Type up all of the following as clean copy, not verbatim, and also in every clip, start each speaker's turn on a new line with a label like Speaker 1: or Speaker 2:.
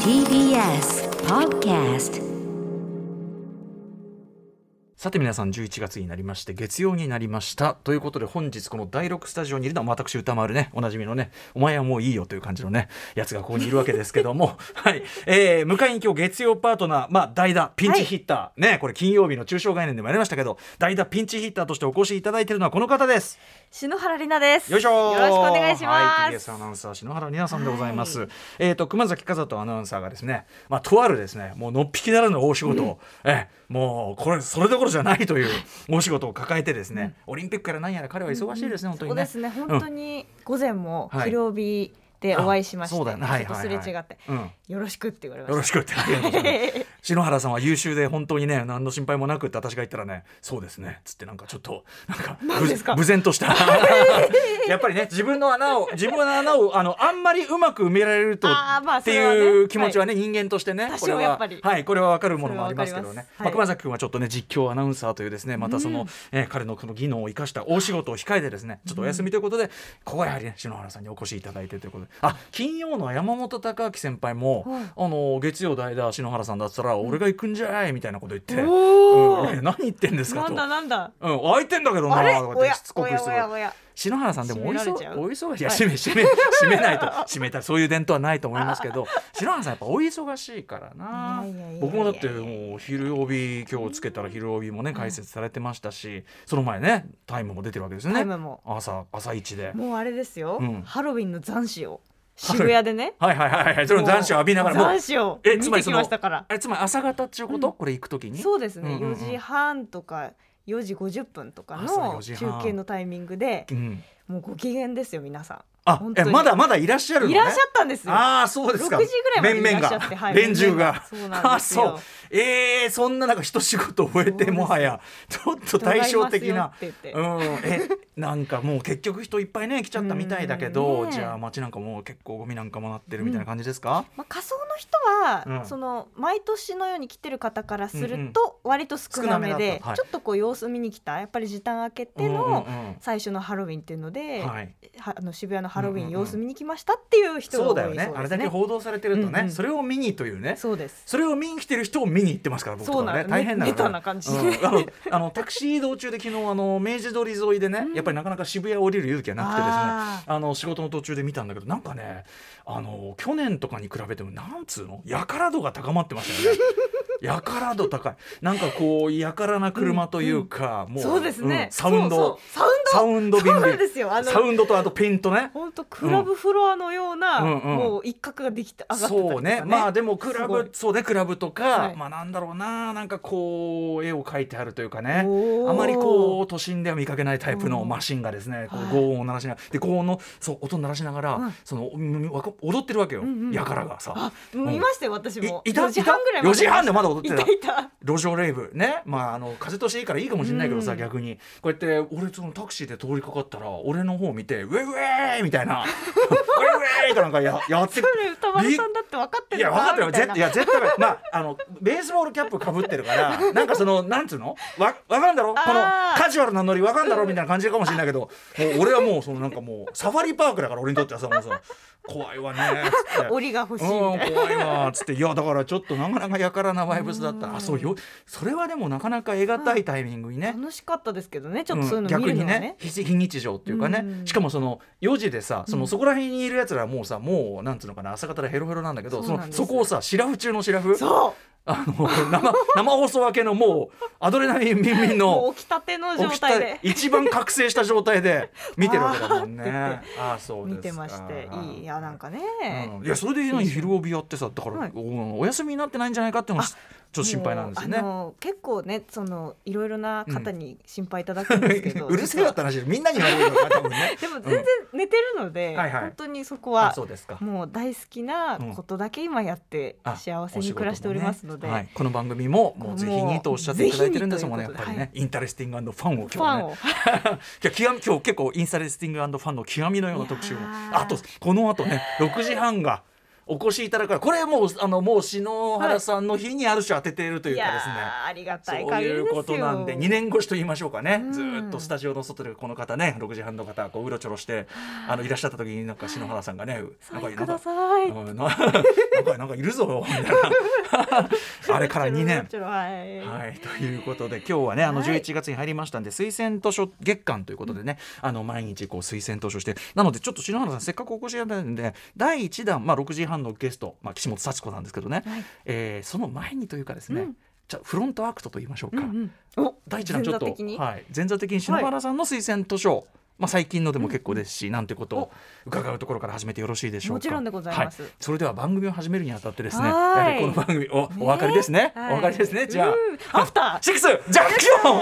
Speaker 1: TBS Podcast。
Speaker 2: さて皆さん、11月になりまして月曜になりましたということで、本日この第6スタジオにいるのは私歌丸ね、おなじみのね、お前はもういいよという感じのねやつがここにいるわけですけどもはい、迎えに今日月曜パートナー、代打ピンチヒッター、はいね、これ金曜日の中小概念でもやりましたけど、代打ピンチヒッターとしてお越しいただいているのはこの方です。
Speaker 3: 篠原里奈です。
Speaker 2: よいしょ、
Speaker 3: よろしくお願いします。
Speaker 2: はい、TBS アナウンサー篠原里奈さんでございます。熊崎和人アナウンサーがですね、とあるですね、もうのっぴきならぬ大仕事を、もうこれそれどころじゃないという大仕事を抱えてですね、オリンピックから何やら彼は忙しいですね、本当にね。
Speaker 3: そうですね、本当に午前も昼帯でお会いしまして、
Speaker 2: そうだよね、はい
Speaker 3: ちょっとすれ違って、よろしくって言われました。
Speaker 2: よろしくってありがとうございます篠原さんは優秀で本当にね、何の心配もなくって私が言ったらね、そうですねつってなんかちょっとなんか無然としたやっぱりね、自分の穴をあんまりうまく埋められるとっていう気持ちはね、人間としてね、これはこれは分かるものもありますけどね、熊崎君はちょっとね、実況アナウンサーというですね、またその、彼のこの技能を生かした大仕事を控えてですね、ちょっとお休みということで、ここはやはりね、篠原さんにお越しいただいてということで、金曜の山本隆明先輩も、月曜代打篠原さんだったら、俺が行くんじゃいみたいなこと言って、何言ってんですかと、
Speaker 3: なんだ、
Speaker 2: 空いてんだけどなとかってしつこく言って、篠原さんでもお忙しい、閉めないと閉めたらそういう伝統はないと思いますけど篠原さんやっぱお忙しいからな。僕もだってもう昼帯今日つけたら昼帯もね解説されてましたし、その前ねタイムも出てるわけですよね。
Speaker 3: タイムも
Speaker 2: 朝一で
Speaker 3: もうあれですよ、ハロウィンの残暑を渋谷でね、
Speaker 2: その残暑を浴びながら
Speaker 3: 残暑を見てきましたから。
Speaker 2: つまり朝方っていうこと、これ行くときに
Speaker 3: そうですね、4時半とか4時50分とかの中継のタイミングで、もうご機嫌ですよ皆さん。
Speaker 2: まだいらっしゃるのね。
Speaker 3: いらっしゃったんですよ。
Speaker 2: そうですか。
Speaker 3: 6時ぐらいまでいらっしゃって、
Speaker 2: 連中が。
Speaker 3: そうなんですよ。
Speaker 2: そんななんか一仕事終えて、もはやちょっと対照的な、なんかもう結局人いっぱいね来ちゃったみたいだけど、じゃあ街なんかもう結構ゴミなんかもなってるみたいな感じですか？
Speaker 3: 仮装の人は、その毎年のように来てる方からすると割と少なめで、ちょっとこう様子見に来た、やっぱり時短明けての最初のハロウィンっていうので、渋谷のハロウィン様子見に来ましたっていう人が多いそうですね。
Speaker 2: そうだよね、あれだけ報道されてるとね、それを見にというね、
Speaker 3: そうです、
Speaker 2: それを見に来てる人を見に行ってますから、僕とかね、大変な
Speaker 3: メタな感じで、
Speaker 2: タクシー移動中で昨日明治通り沿いでね、やっぱりなかなか渋谷降りる勇気がなくてですね、仕事の途中で見たんだけど、なんかね、去年とかに比べてもなんつうの、やから度が高まってましたよねやから度高い、なんかこうやからな車というか、もう
Speaker 3: そうですね、
Speaker 2: サウンド便利、サウンドとあとペイントね、
Speaker 3: 本当クラブフロアのような、もう一角ができて上がってたりとかね。
Speaker 2: そうね、でもクラブとか、なんだろうな、なんかこう絵を描いてあるというかね、あまりこう都心では見かけないタイプのマシンがですね、こう轟音を鳴らしながら、で高音の音を鳴らしながら、その踊ってるわけよ、やからがさ。
Speaker 3: 見ましたよ、私も。
Speaker 2: 4時半ぐらいまで。4時半でまだ踊ってた。路上レイブね、風通しいいからいいかもしれないけどさ、逆にこうやって俺そのタクシーで通りかかったら、俺の方を見てウェイウェイみたいなウェイウェイとなんかやってくる。
Speaker 3: 歌丸さんだって分かってるのか。
Speaker 2: いや分かってる、絶対ベースボールキャップかぶってるからなんかそのなんつうの分かんだろ、このカジュアルなノリ分かんだろみたいな感じかもしれないけど、もう俺はもうそのなんかもうサファリパークだから、俺にとってはさ、もうさ怖いわねつって
Speaker 3: 檻が欲しいみたいな、
Speaker 2: 怖いわつって、いやだからちょっとなかなかやからなバイブスだったら、そうよ、それはでもなかなか得難いタイミングにね、
Speaker 3: 楽しかったですけどね、ちょっとそういうの見るのはね、
Speaker 2: 逆にね、非日常っていうかね、しかもその4時でさ、そこら辺にいるやつらもうなんつうのかな、朝方でヘロヘロなんだけど、そこをさ、シラフ中のシラフ、生放送明けのもうアドレナリンビンビンの
Speaker 3: 起きたての状態で
Speaker 2: 一番覚醒した状態で見てるわけだもんね。そうですか、
Speaker 3: 見てまして、いやなんかね、
Speaker 2: いやそれで昼帯やってさ、だから、お休みになってないんじゃないかっていうのはちょっと心配なんですよね。
Speaker 3: 結構ね、そのいろいろな方に心配いただくんですけど、
Speaker 2: うるせえよって話、みんなに言われるのか多分ね
Speaker 3: でも全然寝てるので、本当にそこはもう大好きなことだけ今やって幸せに暮らしておりますので、
Speaker 2: この番組ももうぜひにとおっしゃっていただいてるんですもんね、やっぱりね、インタレスティング&ファンを今日ね今日結構インタレスティング&ファンの極みのような特集も、あとこの後ね6時半がお越しいただくから、これもうもう篠原さんの日にある種当てているというかですね、
Speaker 3: ありがたい限りですよ。
Speaker 2: そういうことなんで、2年越しと言いましょうかね、ずっとスタジオの外でこの方ね、6時半の方こううろちょろしていらっしゃった時に、なんか篠原さんがね、
Speaker 3: ください
Speaker 2: なんかいるぞみたいなあれから2年
Speaker 3: はい、
Speaker 2: ということで今日はね11月に入りましたんで、推薦図書月間ということでね、毎日こう推薦図書して、なのでちょっと篠原さんせっかくお越しいただいたんで第1弾、6時半のゲスト、岸本幸子なんですけどね、その前にというかですね、じゃフロントアクトと言いましょうか、第1弾ちょっと前座的に篠原さんの推薦図書、最近のでも結構ですし、なんてことを伺うところから始めてよろしいでしょうか。
Speaker 3: もちろんでございます、
Speaker 2: それでは番組を始めるにあたってですね、やはりこの番組お分かりですね、お分かりですね。じゃあ
Speaker 3: アフター
Speaker 2: シックスジャンクション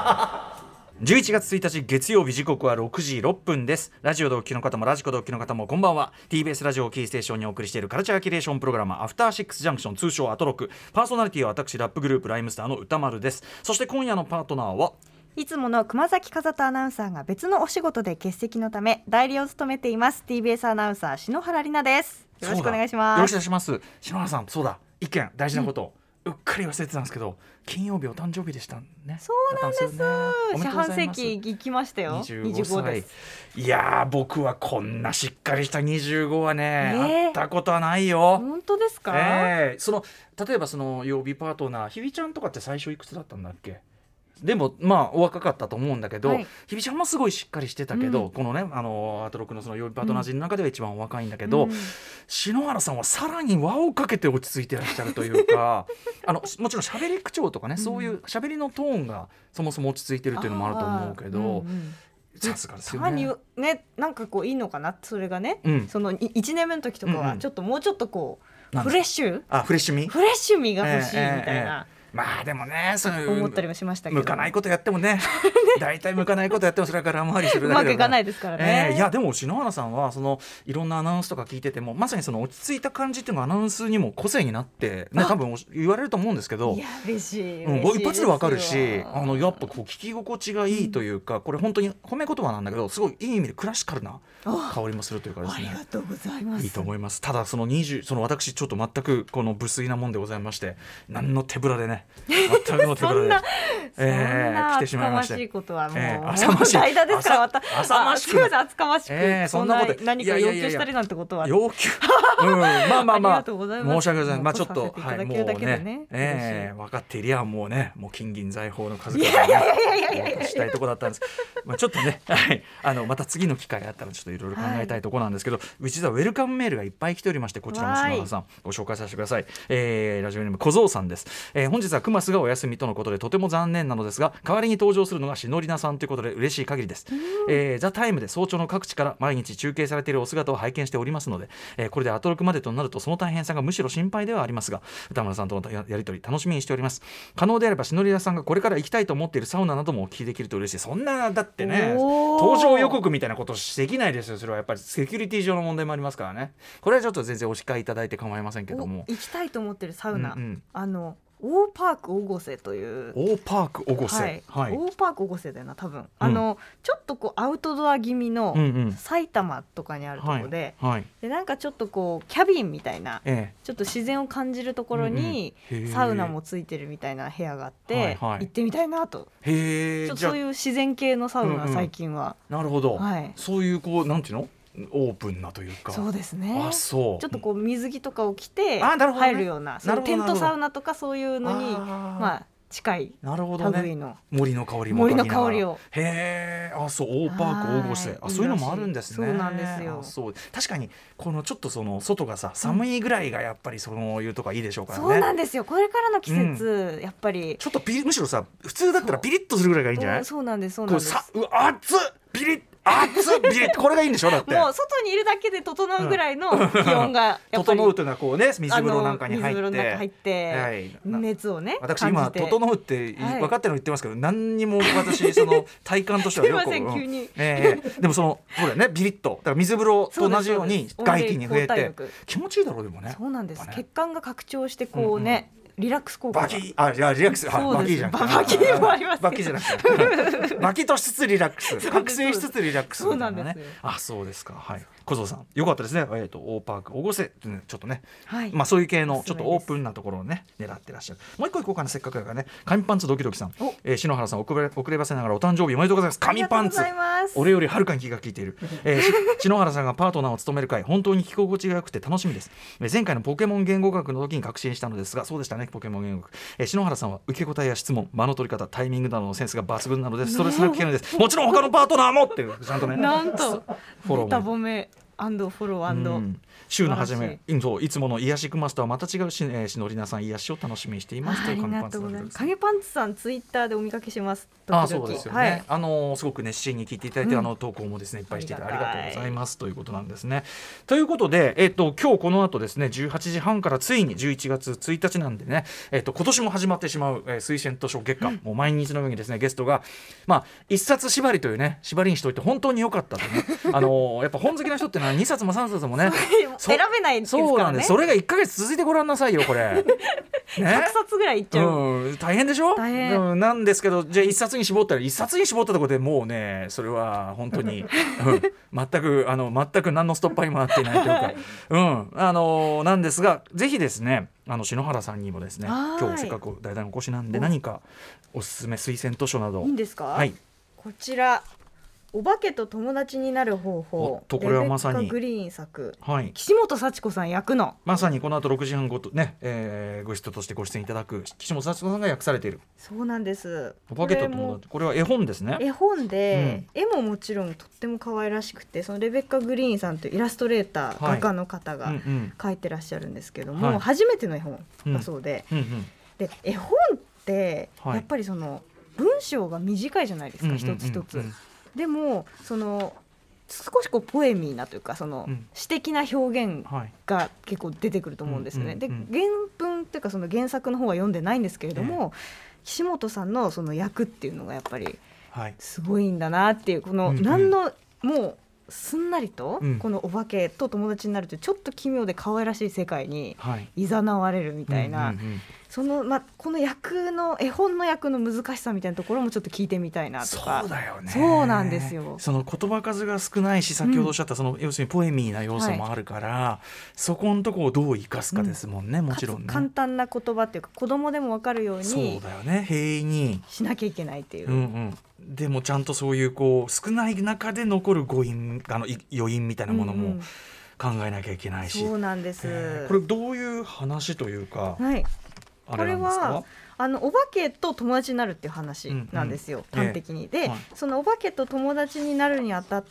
Speaker 2: 11月1日月曜日、時刻は6時6分です。ラジオ同期の方もラジコ同期の方もこんばんは。 TBS ラジオをキーステーションにお送りしているカルチャーキュレーションプログラムアフターシックスジャンクション、通称アトロク。パーソナリティは私ラップグループライムスターの歌丸です。そして今夜のパートナーはい
Speaker 3: つもの熊崎和人アナウンサーが別のお仕事で欠席のため代理を務めています TBS アナウンサー篠原里奈です。よろしくお願いします。
Speaker 2: よろしくお願いします。篠原さん、そうだ、一件大事なこと、うっかり忘れてたんですけど、金曜日お誕生日でしたね。
Speaker 3: そうなんです。四半世紀行きましたよ。25です。
Speaker 2: いや僕はこんなしっかりした25はね、会ったことはないよ。
Speaker 3: 本当ですか？
Speaker 2: 例えばその曜日パートナーひびちゃんとかって最初いくつだったんだっけ？でもお若かったと思うんだけど、ひびちゃんもすごいしっかりしてたけど、このねアトロクのその曜日パートナー陣の中では一番お若いんだけど、篠原さんはさらに輪をかけて落ち着いてらっしゃるというかもちろん喋り口調とかね、そういう喋りのトーンがそもそも落ち着いてるっていうのもあると思うけど、さすがですよね。
Speaker 3: なんかこういいのかな、それがね、その1年目の時とかはちょっともうちょっとこうフレッシュ味が欲しいみたいな、
Speaker 2: でもね、
Speaker 3: 思ったりもしましたけど、
Speaker 2: 向かないことやってもね大体向かないことやってもそれから回りするだけでうま
Speaker 3: くいかないですからね。
Speaker 2: いやでも篠原さんはそのいろんなアナウンスとか聞いてても、まさにその落ち着いた感じっていうのがアナウンスにも個性になってね、多分言われると思うんですけど、
Speaker 3: いや嬉しい、
Speaker 2: 一発でわかるし、やっぱこう聞き心地がいいというか、これ本当に褒め言葉なんだけど、すごいいい意味でクラシカルな香りもするというかですね。
Speaker 3: ありがとうございます。
Speaker 2: いいと思います。ただその私ちょっと全くこの無粋なもんでございまして、何の手ぶらでね全くの手ぶらで来てしまいまして、
Speaker 3: 厚かましいことはもう
Speaker 2: 浅ましい
Speaker 3: 間ですから、
Speaker 2: 浅ましく
Speaker 3: 厚かましく、
Speaker 2: そんなこと
Speaker 3: 何か要求したりなんてことは
Speaker 2: 要求
Speaker 3: ありがとうございます。
Speaker 2: 申し訳ございません。ちょっとも
Speaker 3: うね、
Speaker 2: 分かっていりゃもう金銀財宝の数々を渡したいところだったんです。ちょっとね、また次の機会があったらちょっといろいろ考えたいところなんですけど、実はウェルカムメールがいっぱい来ておりまして、こちらも篠原さんご紹介させてください。ラジオネーム小僧さんです。本日はクマスがお休みとのことでとても残念なのですが、代わりに登場するのが篠里奈さんということで嬉しい限りです。ザ・タイムで早朝の各地から毎日中継されているお姿を拝見しておりますので、これでアトロクまでとなるとその大変さがむしろ心配ではありますが、歌村さんとのやり取り楽しみにしております。可能であれば篠里奈さんがこれから行きたいと思っているサウナなどもお聞きできると嬉しい。そんなだってね、登場予告みたいなことできないですよ。それはやっぱりセキュリティ上の問題もありますからね。これはちょっと全然お控えいただいて構いませんけども、
Speaker 3: 行きたいと思ってるサウナ、オーパークオゴセという、
Speaker 2: オーパークオゴセ、
Speaker 3: オーパークオゴセだよな多分、ちょっとこうアウトドア気味の埼玉とかにあるところで、でなんかちょっとこうキャビンみたいな、ちょっと自然を感じるところにサウナもついてるみたいな部屋があって、行ってみたいなと。ちょっとそういう自然系のサウナ、最近は
Speaker 2: なるほど、そういうこうなんていうのオープンなというか、
Speaker 3: そうですね。ち
Speaker 2: ょ
Speaker 3: っとこう水着とかを着て入るような、そのテントサウナとかそういうのに近い類の
Speaker 2: 森の香りもを、そうオーパークオゴセ、そういうのもあるんですね。
Speaker 3: そうなんですよ。
Speaker 2: 確かにこのちょっとその外が寒いぐらいがやっぱりそういうとこいいでしょうからね。
Speaker 3: そうなんですよ。これからの季節、やっぱり
Speaker 2: ちょっとむしろ普通だったらピリッとするぐらいがいいんじゃない？
Speaker 3: そうなんです、そうなんです。
Speaker 2: 熱っピリッビリッこれがいいんでしょ。だって
Speaker 3: もう外にいるだけで整うぐらいの気温がやっぱり
Speaker 2: 整うというのはこうね、水風呂なんかに入って、
Speaker 3: 熱をね
Speaker 2: 私今整うって分かってるの言ってますけど、何にも私その体感としてはよく
Speaker 3: すいません急に、
Speaker 2: でもそうだよね、ビリッとだから水風呂と同じように外気に増えて気持ちいいだろう。でもね、
Speaker 3: そうなんです。血管が拡張してこうね、リラックス効果が
Speaker 2: リラックス、バキじゃん。
Speaker 3: バキもありますけど、
Speaker 2: バキじゃなくてバキとしつつリラックス、覚醒しつつリラックス、
Speaker 3: そうなんですよ。
Speaker 2: そうですか。 小僧さんよかったですね。大パーク大越せちょっとね、
Speaker 3: はい、
Speaker 2: そういう系のちょっとオープンなところをね狙ってらっしゃる。もう一個いこうかな、せっかくだからね。紙パンツドキドキさん、篠原さん遅ればせながらお誕生日おめでとうございます。紙パンツ俺よりはるかに気が利いている、篠原さんがパートナーを務める回本当に聞き心地が良くて楽しみです。前回のポケモン言語学の時に確信したのですが、そうでしたね、ポケモン言語学、篠原さんは受け答えや質問、間の取り方、タイミングなどのセンスが抜群なのでストレスなく聞けるんです。もちろん他のパートナーもっていうちゃんとね
Speaker 3: なんと
Speaker 2: フォローも
Speaker 3: ベタ褒めフォロー
Speaker 2: 週の初めいつもの癒しクマスとはまた違うしのりなさん癒しを楽しみにしています。
Speaker 3: ありがとうございます。影パンツさんツイッターでお見かけします。
Speaker 2: そうですよね、はい、すごく熱心に聞いていただいて、投稿もですねいっぱいしていてありがとうございますということなんですね。ということで、今日この後ですね18時半からついに11月1日なんでね、今年も始まってしまう、推薦図書月間、もう毎日のようにですねゲストが一冊縛りというね縛りにしといて本当に良かったとねやっぱ本好きな人ってのは2冊も3冊もね
Speaker 3: 選べないんですからね。
Speaker 2: そうなんです。それが1ヶ月続いてごらんなさいよこれ
Speaker 3: 100冊ぐらいいっちゃう、
Speaker 2: 大変でしょ。
Speaker 3: 大変、
Speaker 2: なんですけど、じゃあ1冊に絞ったら1冊に絞ったところでもうねそれは本当に、全く何のストッパーにもなっていないというか、なんですがぜひですね篠原さんにもですね今日せっかく代々お越しなんで何かおすすめ推薦図書など
Speaker 3: いいんですか。
Speaker 2: はい、
Speaker 3: こちらお化けと友達になる方法、
Speaker 2: これはまさに
Speaker 3: レベッカ・グリーン作、
Speaker 2: はい、
Speaker 3: 岸本幸子さん役の
Speaker 2: まさにこの後6時半ごとね、ご人としてご出演いただく岸本幸子さんが訳されている。
Speaker 3: そうなんです。
Speaker 2: お化けと友達、これは絵本ですね。
Speaker 3: 絵本で、絵ももちろんとっても可愛らしくて、そのレベッカ・グリーンさんというイラストレーター、画家の方が描いてらっしゃるんですけども、初めての絵本だそうで、で絵本ってやっぱりその文章が短いじゃないですか、一つ一つ。でもその少しこうポエミーなというかその詩的な表現が結構出てくると思うんですよね。で原文というかその原作の方は読んでないんですけれども、岸本さんのその役っていうのがやっぱりすごいんだなっていう、この何のもうすんなりとこのお化けと友達になるというちょっと奇妙で可愛らしい世界に誘われるみたいな、そのこの役の絵本の役の難しさみたいなところもちょっと聞いてみたいなとか。
Speaker 2: そうだよね。
Speaker 3: そうなんですよ。
Speaker 2: その言葉数が少ないし、先ほどおっしゃったその要するにポエミーな要素もあるから、そこのところをどう生かすかですもんね、もちろんね。
Speaker 3: 簡単な言葉っていうか子供でも分かるように
Speaker 2: そうだよね、平易に
Speaker 3: しなきゃいけないっていう、
Speaker 2: でもちゃんとそういうこう少ない中で残る余韻みたいなものも考えなきゃいけないし、
Speaker 3: そうなんです。
Speaker 2: これどういう話というか、
Speaker 3: これはお化けと友達になるっていう話なんですよ、端的に。で、そのお化けと友達になるにあたって、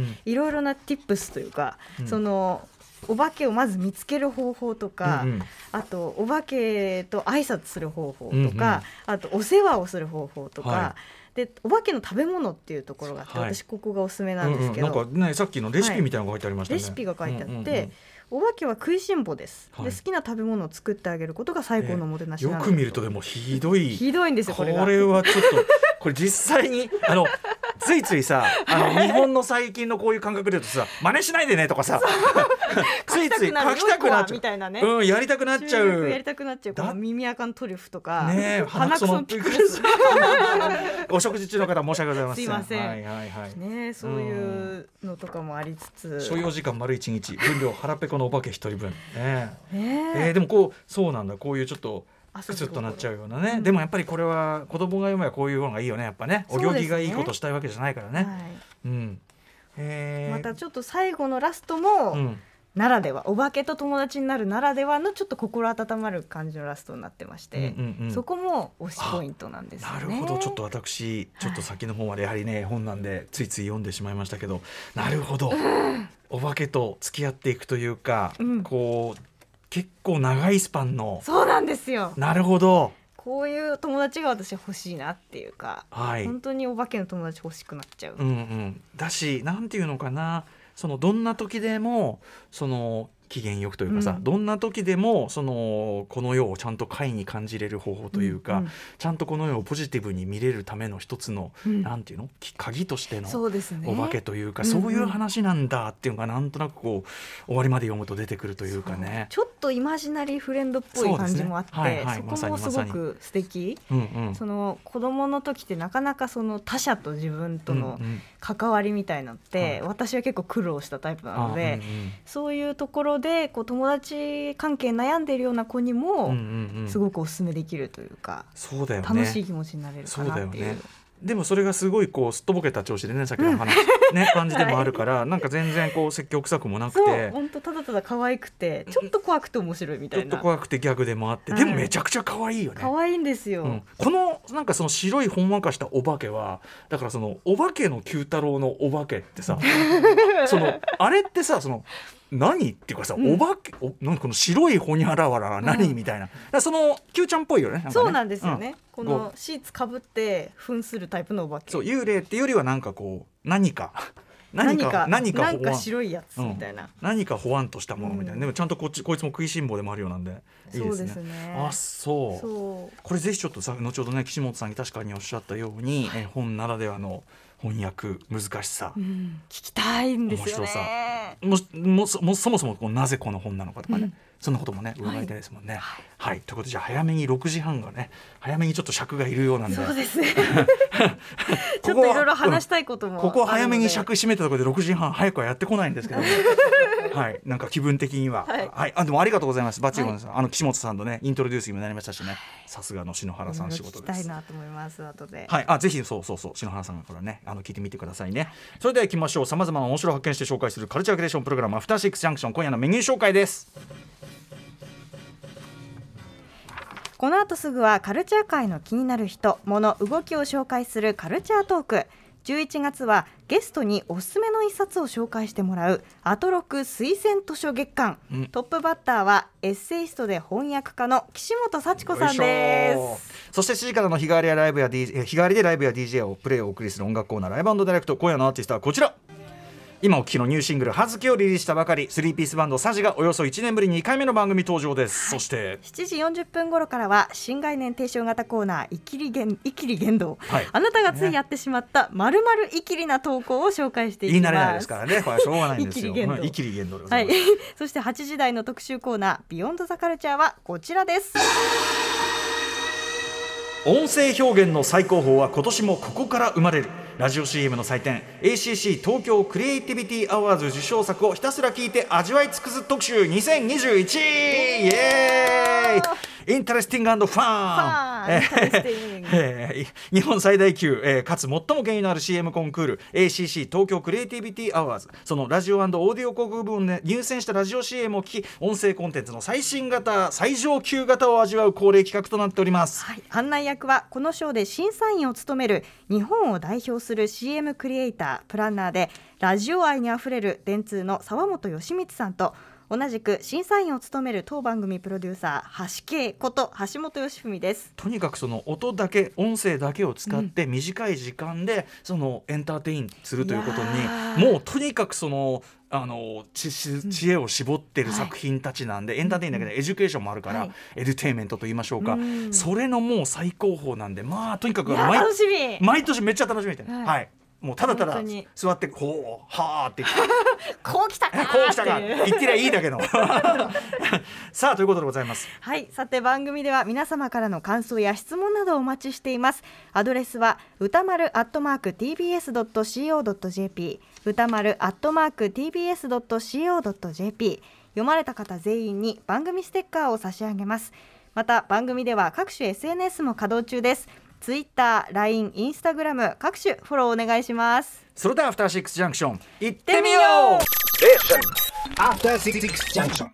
Speaker 3: いろいろな tips というか、そのお化けをまず見つける方法とか、あとお化けと挨拶する方法とか、あとお世話をする方法とか、でお化けの食べ物っていうところがあって、私ここがおすすめなんですけど、
Speaker 2: なんかね、さっきのレシピみたいなのが書いてありましたね。
Speaker 3: レシピが書いてあって、お化けは食いしん坊です、で好きな食べ物を作ってあげることが最高のおもてなしなんです。
Speaker 2: よく見るとでもひどい
Speaker 3: んですよこれが。
Speaker 2: これはちょっとこれ実際についついさ日本の最近のこういう感覚で言うとさ、真似しないでねとかさついつい書きたくなっちゃうみたいなね、やりたくなっちゃう、
Speaker 3: やりたくなっちゃう。この耳垢のトリュフとか、
Speaker 2: 鼻くそのピクルスお食事中の方申し訳ございません。
Speaker 3: すいません、そういうのとかもありつつ、
Speaker 2: 所要時間丸1日、分量腹ペコのお化け1人分でもこうそうなんだ、こういうちょっとクスッとなっちゃうようなね、でもやっぱりこれは子供が読めばこういう方がいいよね、やっぱね。お行儀がいいことしたいわけじゃないからね。
Speaker 3: またちょっと最後のラストも、ならでは、お化けと友達になるならではのちょっと心温まる感じのラストになってまして、そこも推しポイントなんですよね。
Speaker 2: なるほど。ちょっと私ちょっと先の方までやはりね本なんでついつい読んでしまいましたけど、なるほど、お化けと付き合っていくというか、こう結構長いスパンの。
Speaker 3: そうなんですよ。
Speaker 2: なるほど。
Speaker 3: こういう友達が私欲しいなっていうか、本当にお化けの友達欲しくなっちゃう、
Speaker 2: だしなんていうのかな、そのどんな時でもその機嫌よくというかさ、どんな時でもこの世をちゃんと快に感じれる方法というか、ちゃんとこの世をポジティブに見れるための一つの、なんていうの鍵としてのお化けというか、そういう話なんだっていうのがなんとなくこう終わりまで読むと出てくるというかね、
Speaker 3: ちょっとイマジナリーフレンドっぽい感じもあって、 そこもすごく素敵。その子供の時ってなかなかその他者と自分との関わりみたいのって、私は結構苦労したタイプなので、そういうところでこう友達関係悩んでいるような子にもすごくお勧めできるというか、
Speaker 2: そうだよね、
Speaker 3: 楽しい気持ちになれるかなっていう。
Speaker 2: でもそれがすごいこうすっとぼけた調子でね、さっきの話、感じでもあるから、なんか全然こう説教臭くもなくて、
Speaker 3: 本当ただただ可愛くてちょっと怖くて面白いみたいな、
Speaker 2: ちょっと怖くてギャグでもあって、でもめちゃくちゃ可愛いよね。
Speaker 3: 可愛いんですよ、
Speaker 2: このなんかその白いほんわかしたお化けは、だからそのお化けの九太郎のお化けってさあれってさ、何っていうかさ、お化けなんかこの白いほにゃらわらは何、みたいな、その Q ちゃんっぽいよね。
Speaker 3: そうなんですよね、このシーツかぶって扮するタイプのお化け。
Speaker 2: そう、幽霊っていうよりはなんかこう何か
Speaker 3: 白いやつみたいな、
Speaker 2: 何かほわんとしたものみたいな、でもちゃんとこいつも食いしん坊でもあるようなんでいいですね。
Speaker 3: そうですね。
Speaker 2: そうこれぜひちょっと後ほどね、岸本さんに確かにおっしゃったように、本ならではの翻訳難しさ、
Speaker 3: 聞きたいんですよね。
Speaker 2: 面白さ、そもそもなぜこの本なのかとかね、そんなこともね伺いたいですもんね。はい、ということで、じゃあ早めに6時半がね、早めにちょっと尺がいるようなんで、
Speaker 3: そうですねちょっといろいろ話したいことも
Speaker 2: ここは早めに尺締めたところで6時半早くはやってこないんですけどはい、なんか気分的には、でもありがとうございます。バッチリございます。岸本さんのねイントロデュースにもなりましたしね、さすがの篠原さん仕事です。
Speaker 3: 聞きたいなと思います後で。
Speaker 2: ぜひそう篠原さんからね聞いてみてくださいね。それでは行きましょう。さまざまな面白を発見して紹介するカルチャークリエーションプログラム、アフターシックスジャンクション、今夜のメニュー紹介です。
Speaker 3: この後すぐはカルチャー界の気になる人、物、動きを紹介するカルチャートーク。11月はゲストにおすすめの一冊を紹介してもらうアトロク推薦図書月間、トップバッターはエッセイストで翻訳家の岸本幸子さんです。
Speaker 2: そして7時からの日替わりでライブや DJ をプレイをお送りする音楽コーナー、ライブ&ダイレクト。今夜のアーティストはこちら。今お聴きのニューシングル葉月をリリースしたばかり、3ピースバンドサジがおよそ1年ぶりに2回目の番組登場です。そして
Speaker 3: 7時40分頃からは新概念提唱型コーナーイキリ言動、あなたがついやってしまった〇〇イキリな投稿を紹介していきます。
Speaker 2: 言い慣れないですからね、これはしょうがないんですよイキリ言動でございます。
Speaker 3: そして8時台の特集コーナービヨンドザカルチャーはこちらです。
Speaker 2: 音声表現の最高峰は今年もここから生まれる。ラジオ CM の祭典 ACC 東京クリエイティビティアワーズ受賞作をひたすら聞いて味わい尽くす特集2021、イエーイ、インタレスティング&ファン、日本最大級、かつ最も権威のある CM コンクール ACC 東京クリエイティビティアワーズ、そのラジオ&オーディオ広告部門で入選したラジオ CM を聞き、音声コンテンツの最新型最上級型を味わう恒例企画となっております。
Speaker 3: 案内役はこの賞で審査員を務める日本を代表する CM クリエイタープランナーでラジオ愛にあふれる電通の沢本義光さんと、同じく審査員を務める当番組プロデューサー橋圭こと橋本義文です。
Speaker 2: とにかくその音だけ、音声だけを使って短い時間でそのエンターテインするということに、もうとにかくその知恵を絞ってる作品たちなんで、エンターテインだけでエデュケーションもあるから、エデュテイメントと言いましょうか、それのもう最高峰なんで、とにかく
Speaker 3: 楽しみ、
Speaker 2: 毎年めっちゃ楽しみみたいな、もうただただ座ってこうはーって
Speaker 3: こう来たか
Speaker 2: こう来たか言ってりゃいいだけのさあということでございます。
Speaker 3: さて番組では皆様からの感想や質問などをお待ちしています。アドレスは歌丸@tbs.co.jp 歌丸@tbs.co.jp 読まれた方全員に番組ステッカーを差し上げます。また番組では各種 SNS も稼働中です。Twitter、LINE、Instagram 各種フォローお願いします。
Speaker 2: それではアフターシックスジャンクション行ってみよう。
Speaker 1: アフターシックスジャンクション。